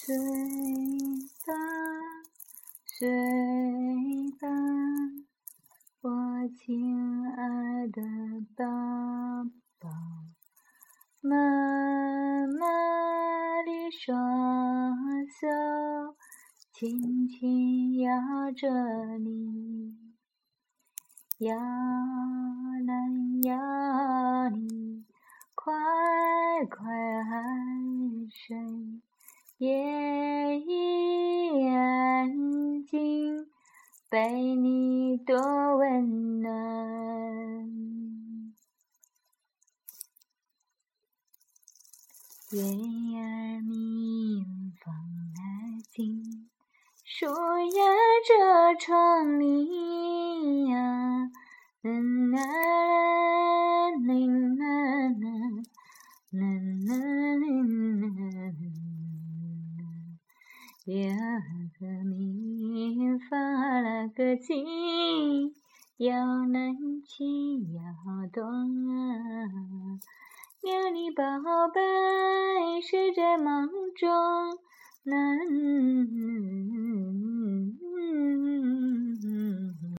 随吧，随吧，我亲爱的宝宝，妈妈的双手轻轻摇着你，摇来摇你，快快睡，夜已安静，被你多温暖。月儿明，风儿轻，树压着窗棂呀，啦啦啦啦，月儿明，发了个情，摇南起摇东啊，娘的宝贝睡在梦中，